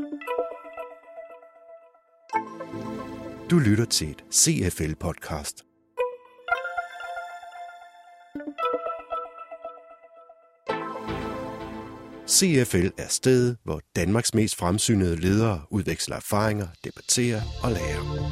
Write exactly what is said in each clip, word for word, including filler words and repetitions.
Du lytter til et C F L-podcast. C F L er stedet, hvor Danmarks mest fremsynede ledere udveksler erfaringer, debatterer og lærer.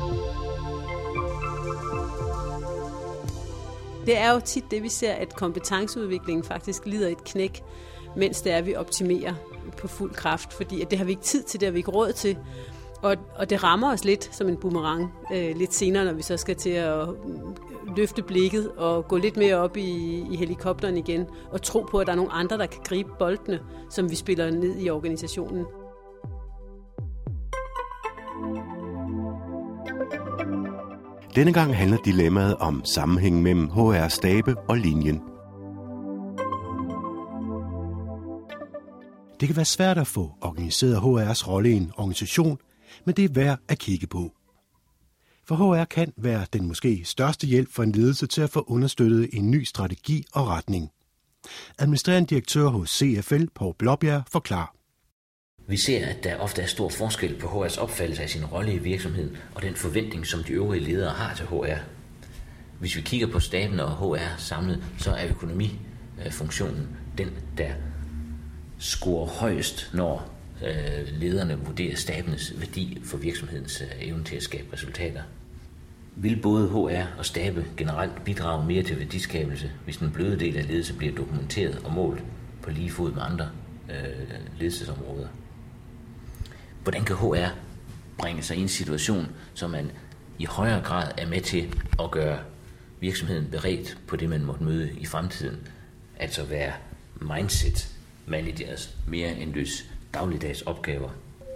Det er jo tit det, vi ser, at kompetenceudviklingen faktisk lider et knæk, mens det er, at vi optimerer på fuld kraft, fordi at det har vi ikke tid til, det har vi ikke råd til. Og, og det rammer os lidt som en boomerang øh, lidt senere, når vi så skal til at løfte blikket og gå lidt mere op i, i helikopteren igen og tro på, at der er nogle andre, der kan gribe boldene, som vi spiller ned i organisationen. Denne gang handler dilemmaet om sammenhængen mellem H R-stabe og linjen. Det kan være svært at få organiseret H R's rolle i en organisation, men det er værd at kigge på. For H R kan være den måske største hjælp for en ledelse til at få understøttet en ny strategi og retning. Administrerende direktør hos C F L, Poul Blåbjerg, forklarer. Vi ser, at der ofte er stor forskel på H R's opfattelse af sin rolle i virksomheden og den forventning, som de øvrige ledere har til H R. Hvis vi kigger på staben og H R samlet, så er økonomifunktionen den, der scorer højst, når lederne vurderer stabens værdi for virksomhedens evne til at skabe resultater. Vil både H R og stabe generelt bidrage mere til værdiskabelse, hvis den bløde del af ledelse bliver dokumenteret og målt på lige fod med andre øh, ledelsesområder? Hvordan kan H R bringe sig i en situation, så man i højere grad er med til at gøre virksomheden beredt på det, man måtte møde i fremtiden? Altså være mindset managers mere end løs dagligdags opgaver.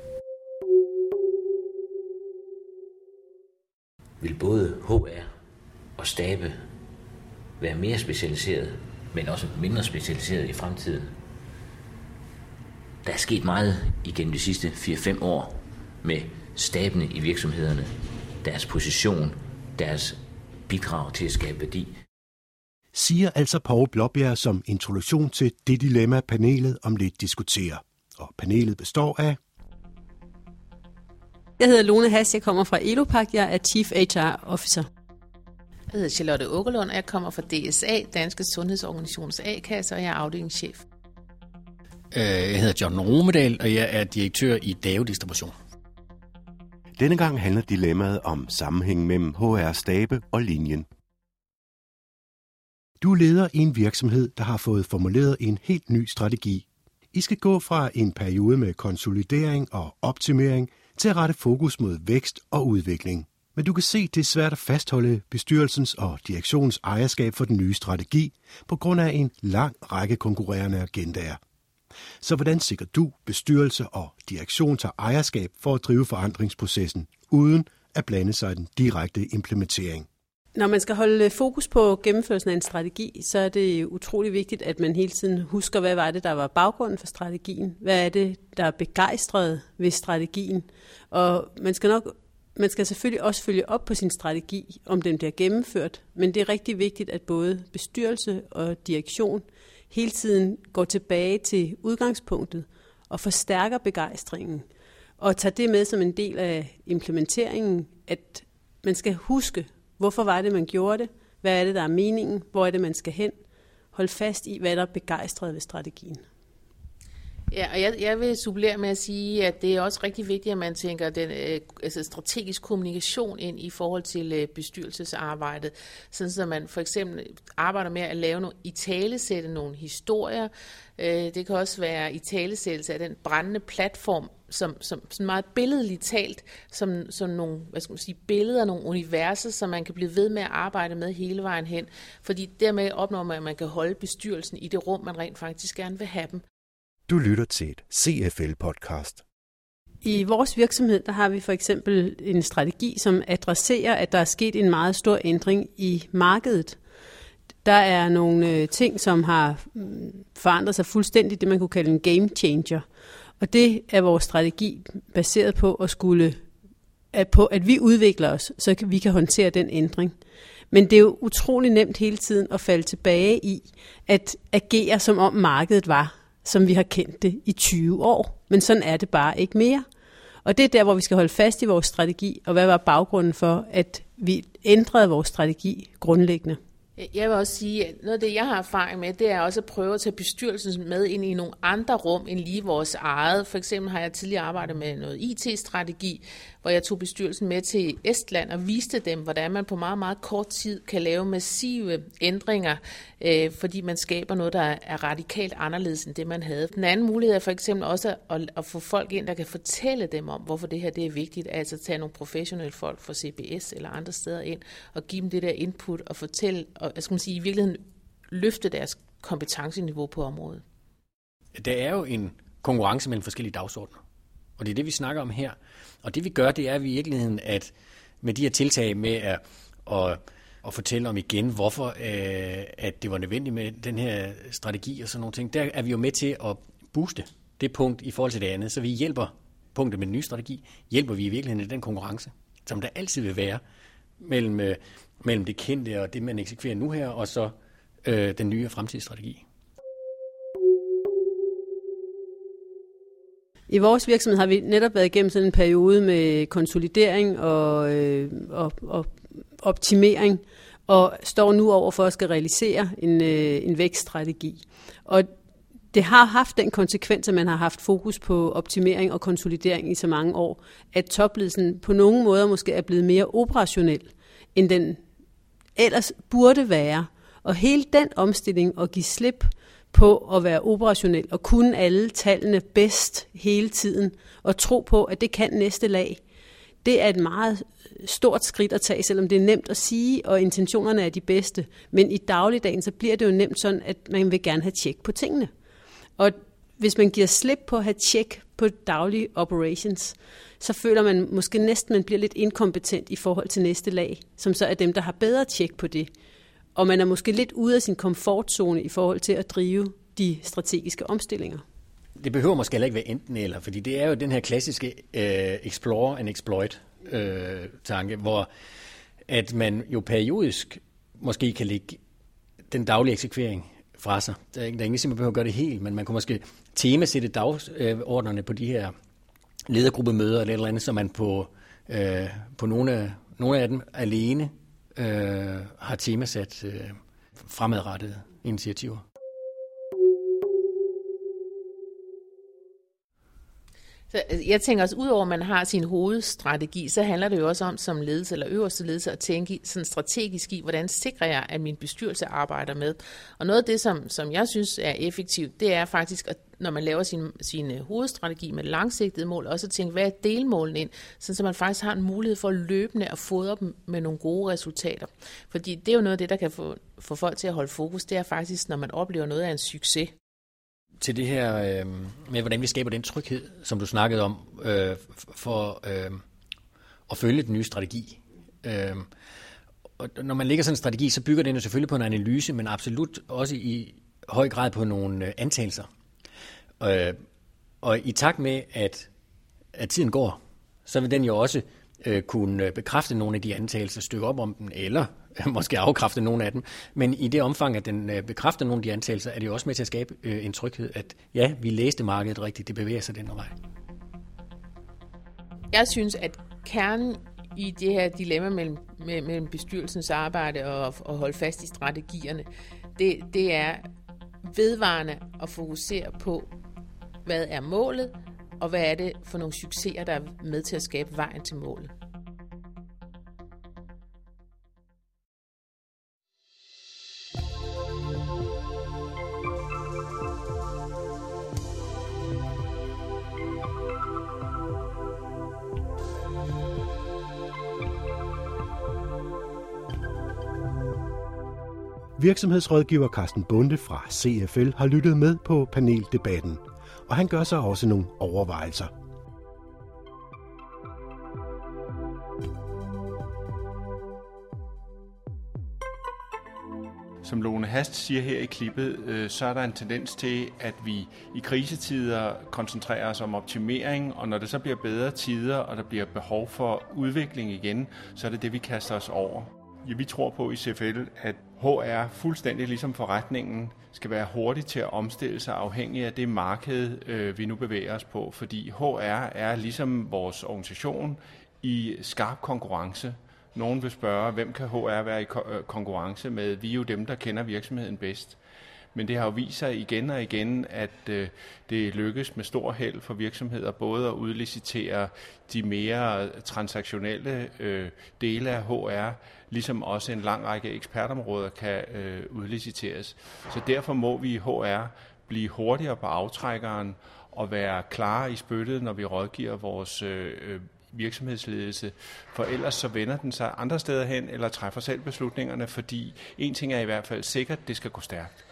Vil både H R og stabe være mere specialiseret, men også mindre specialiseret i fremtiden? Der er sket meget igennem de sidste fire til fem år med stabene i virksomhederne, deres position, deres bidrag til at skabe værdi. Siger altså Poul Blåbjerg som introduktion til det dilemma, panelet om lidt diskuterer. Og panelet består af... Jeg hedder Lone Hass, jeg kommer fra Elopak, jeg er Chief H R Officer. Jeg hedder Charlotte Åkerlund, og jeg kommer fra D S A, Danske Sundhedsorganisations A-kasse, og jeg er afdelingschef. Jeg hedder John Romedal, og jeg er direktør i D A O Distribution. Denne gang handler dilemmaet om sammenhængen mellem H R-stabe og linjen. Du er leder i en virksomhed, der har fået formuleret en helt ny strategi. I skal gå fra en periode med konsolidering og optimering til at rette fokus mod vækst og udvikling. Men du kan se, det er svært at fastholde bestyrelsens og direktionens ejerskab for den nye strategi på grund af en lang række konkurrerende agendaer. Så hvordan sikrer du, bestyrelse og direktion tager ejerskab for at drive forandringsprocessen, uden at blande sig i den direkte implementering? Når man skal holde fokus på gennemførelsen af en strategi, så er det utrolig vigtigt, at man hele tiden husker, hvad var det, der var baggrunden for strategien. Hvad er det, der er begejstret ved strategien? Og man skal nok, man skal selvfølgelig også følge op på sin strategi, om den bliver gennemført. Men det er rigtig vigtigt, at både bestyrelse og direktion hele tiden går tilbage til udgangspunktet og forstærker begejstringen. Og tager det med som en del af implementeringen, at man skal huske, hvorfor var det, man gjorde det? Hvad er det, der er meningen? Hvor er det, man skal hen? Hold fast i, hvad der er begejstret ved strategien. Ja, og jeg, jeg vil supplere med at sige, at det er også rigtig vigtigt, at man tænker den øh, altså strategisk kommunikation ind i forhold til øh, bestyrelsesarbejdet. Sådan så man for eksempel arbejder med at lave nogle, italesætte nogle historier. Øh, det kan også være italesættelse af den brændende platform, som, som sådan meget billedligt talt, som, som nogle, hvad skal man sige, billeder, nogle universer, som man kan blive ved med at arbejde med hele vejen hen. Fordi dermed opnår man, at man kan holde bestyrelsen i det rum, man rent faktisk gerne vil have dem. Du lytter til et C F L-podcast. I vores virksomhed der har vi for eksempel en strategi, som adresserer, at der er sket en meget stor ændring i markedet. Der er nogle ting, som har forandret sig fuldstændigt, det man kunne kalde en game changer. Og det er vores strategi baseret på at skulle at på at vi udvikler os, så vi kan håndtere den ændring. Men det er jo utrolig nemt hele tiden at falde tilbage i at agere som om markedet var, som vi har kendt det i tyve år. Men sådan er det bare ikke mere. Og det er der, hvor vi skal holde fast i vores strategi, og hvad var baggrunden for, at vi ændrede vores strategi grundlæggende. Jeg vil også sige, at noget af det, jeg har erfaring med, det er også at prøve at tage bestyrelsen med ind i nogle andre rum end lige vores eget. For eksempel har jeg tidligere arbejdet med noget I T-strategi, hvor jeg tog bestyrelsen med til Estland og viste dem, hvordan man på meget, meget kort tid kan lave massive ændringer, øh, fordi man skaber noget, der er radikalt anderledes end det, man havde. Den anden mulighed er for eksempel også at, at få folk ind, der kan fortælle dem om, hvorfor det her det er vigtigt. Altså tage nogle professionelle folk fra C B S eller andre steder ind og give dem det der input og fortælle, og jeg skal sige, i virkeligheden løfte deres kompetenceniveau på området. Der er jo en konkurrence mellem forskellige dagsordner, og det er det, vi snakker om her. Og det vi gør, det er i virkeligheden, at med de her tiltag med at, at, at fortælle om igen, hvorfor øh, at det var nødvendigt med den her strategi og sådan nogle ting, der er vi jo med til at booste det punkt i forhold til det andet. Så vi hjælper punktet med den nye strategi, hjælper vi i virkeligheden i den konkurrence, som der altid vil være mellem, øh, mellem det kendte og det, man eksekverer nu her, og så øh, den nye fremtidsstrategi. I vores virksomhed har vi netop været igennem sådan en periode med konsolidering og, øh, og, og optimering, og står nu over for at skal realisere en, øh, en vækststrategi. Og det har haft den konsekvens, at man har haft fokus på optimering og konsolidering i så mange år, at topledelsen på nogle måder måske er blevet mere operationel, end den ellers burde være. Og hele den omstilling og give slip på at være operationel og kunne alle tallene bedst hele tiden og tro på, at det kan næste lag, det er et meget stort skridt at tage, selvom det er nemt at sige, og intentionerne er de bedste. Men i dagligdagen, så bliver det jo nemt sådan, at man vil gerne have tjek på tingene. Og hvis man giver slip på at have tjek på daglige operations, så føler man måske næsten, man bliver lidt inkompetent i forhold til næste lag, som så er dem, der har bedre tjek på det. Og man er måske lidt ude af sin komfortzone i forhold til at drive de strategiske omstillinger. Det behøver måske heller ikke være enten eller, fordi det er jo den her klassiske uh, explore and exploit uh, tanke, hvor at man jo periodisk måske kan lægge den daglige eksekvering fra sig. Der er, der er ingen simpelthen behøver at gøre det helt, men man kan måske temasætte dagsordnerne på de her ledergruppemøder eller et eller andet, så man på, uh, på nogle, af, nogle af dem alene uh, har temasat uh, fremadrettede initiativer. Så jeg tænker også, udover at man har sin hovedstrategi, så handler det jo også om som ledelse eller øverste ledelse at tænke sådan strategisk i, hvordan sikrer jeg, at min bestyrelse arbejder med. Og noget af det, som, som jeg synes er effektivt, det er faktisk, at når man laver sin, sin hovedstrategi med langsigtede mål, også at tænke, hvad er delmålene ind, så man faktisk har en mulighed for løbende at fodre dem med nogle gode resultater. Fordi det er jo noget af det, der kan få, få folk til at holde fokus, det er faktisk, når man oplever noget af en succes. Til det her øh, med, hvordan vi skaber den tryghed, som du snakkede om, øh, for øh, at følge den nye strategi. Øh, og når man lægger sådan en strategi, så bygger den jo selvfølgelig på en analyse, men absolut også i høj grad på nogle øh, antagelser. Øh, og i takt med, at, at tiden går, så vil den jo også øh, kunne bekræfte nogle af de antagelser, stykke op om dem, eller måske afkræfte nogle af dem, men i det omfang, at den øh, bekræfter nogle af de antagelser, er det jo også med til at skabe øh, en tryghed, at ja, vi læste markedet rigtigt, det bevæger sig den vej. Jeg synes, at kernen i det her dilemma mellem, mellem bestyrelsens arbejde og, og holde fast i strategierne, det, det er vedvarende at fokusere på, hvad er målet, og hvad er det for nogle succeser, der er med til at skabe vejen til målet. Virksomhedsrådgiver Carsten Bonde fra C F L har lyttet med på paneldebatten, og han gør sig også nogle overvejelser. Som Lone Hast siger her i klippet, så er der en tendens til, at vi i krisetider koncentrerer os om optimering, og når det så bliver bedre tider, og der bliver behov for udvikling igen, så er det det, vi kaster os over. Ja, vi tror på i C F L, at H R fuldstændig ligesom forretningen skal være hurtigt til at omstille sig afhængig af det marked, øh, vi nu bevæger os på. Fordi H R er ligesom vores organisation i skarp konkurrence. Nogen vil spørge, hvem kan H R være i konkurrence med? Vi er jo dem, der kender virksomheden bedst. Men det har jo vist sig igen og igen, at øh, det lykkes med stor held for virksomheder både at udlicitere de mere transaktionelle øh, dele af H R, ligesom også en lang række ekspertområder kan øh, udliciteres. Så derfor må vi i H R blive hurtigere på aftrækkeren og være klare i spyttet, når vi rådgiver vores øh, virksomhedsledelse, for ellers så vender den sig andre steder hen eller træffer selv beslutningerne, fordi en ting er i hvert fald sikkert, det skal gå stærkt.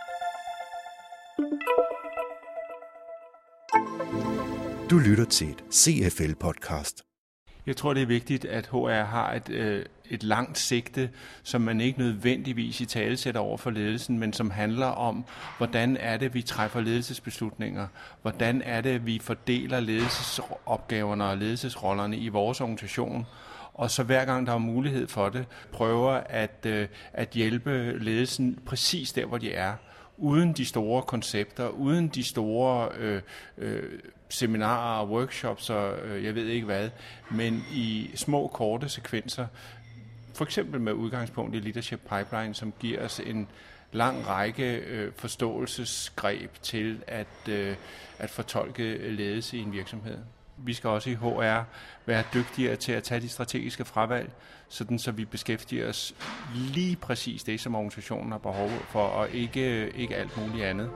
Du lytter til et C F L-podcast. Jeg tror, det er vigtigt, at H R har et, øh, et langt sigte, som man ikke nødvendigvis i tale sætter over for ledelsen, men som handler om, hvordan er det, vi træffer ledelsesbeslutninger, hvordan er det, vi fordeler ledelsesopgaverne og ledelsesrollerne i vores organisation, og så hver gang der er mulighed for det, prøver at, øh, at hjælpe ledelsen præcis der, hvor de er, uden de store koncepter, uden de store øh, øh, seminarer og workshops og øh, jeg ved ikke hvad, men i små, korte sekvenser, for eksempel med udgangspunkt i Leadership Pipeline, som giver os en lang række øh, forståelsesgreb til at, øh, at fortolke ledelse i en virksomhed. Vi skal også i H R være dygtigere til at tage de strategiske fravalg, sådan så vi beskæftiger os lige præcis det, som organisationen har behov for, og ikke, ikke alt muligt andet.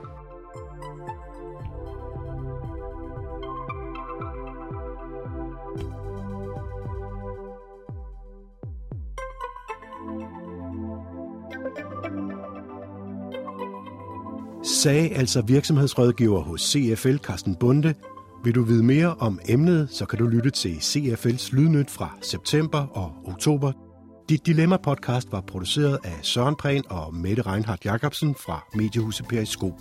Sagde altså virksomhedsrådgiver hos C F L Carsten Bonde. Vil du vide mere om emnet, så kan du lytte til C F L's Lydnyt fra september og oktober. Dit Dilemma-podcast var produceret af Søren Prehn og Mette Reinhardt Jacobsen fra Mediehuset Periskop.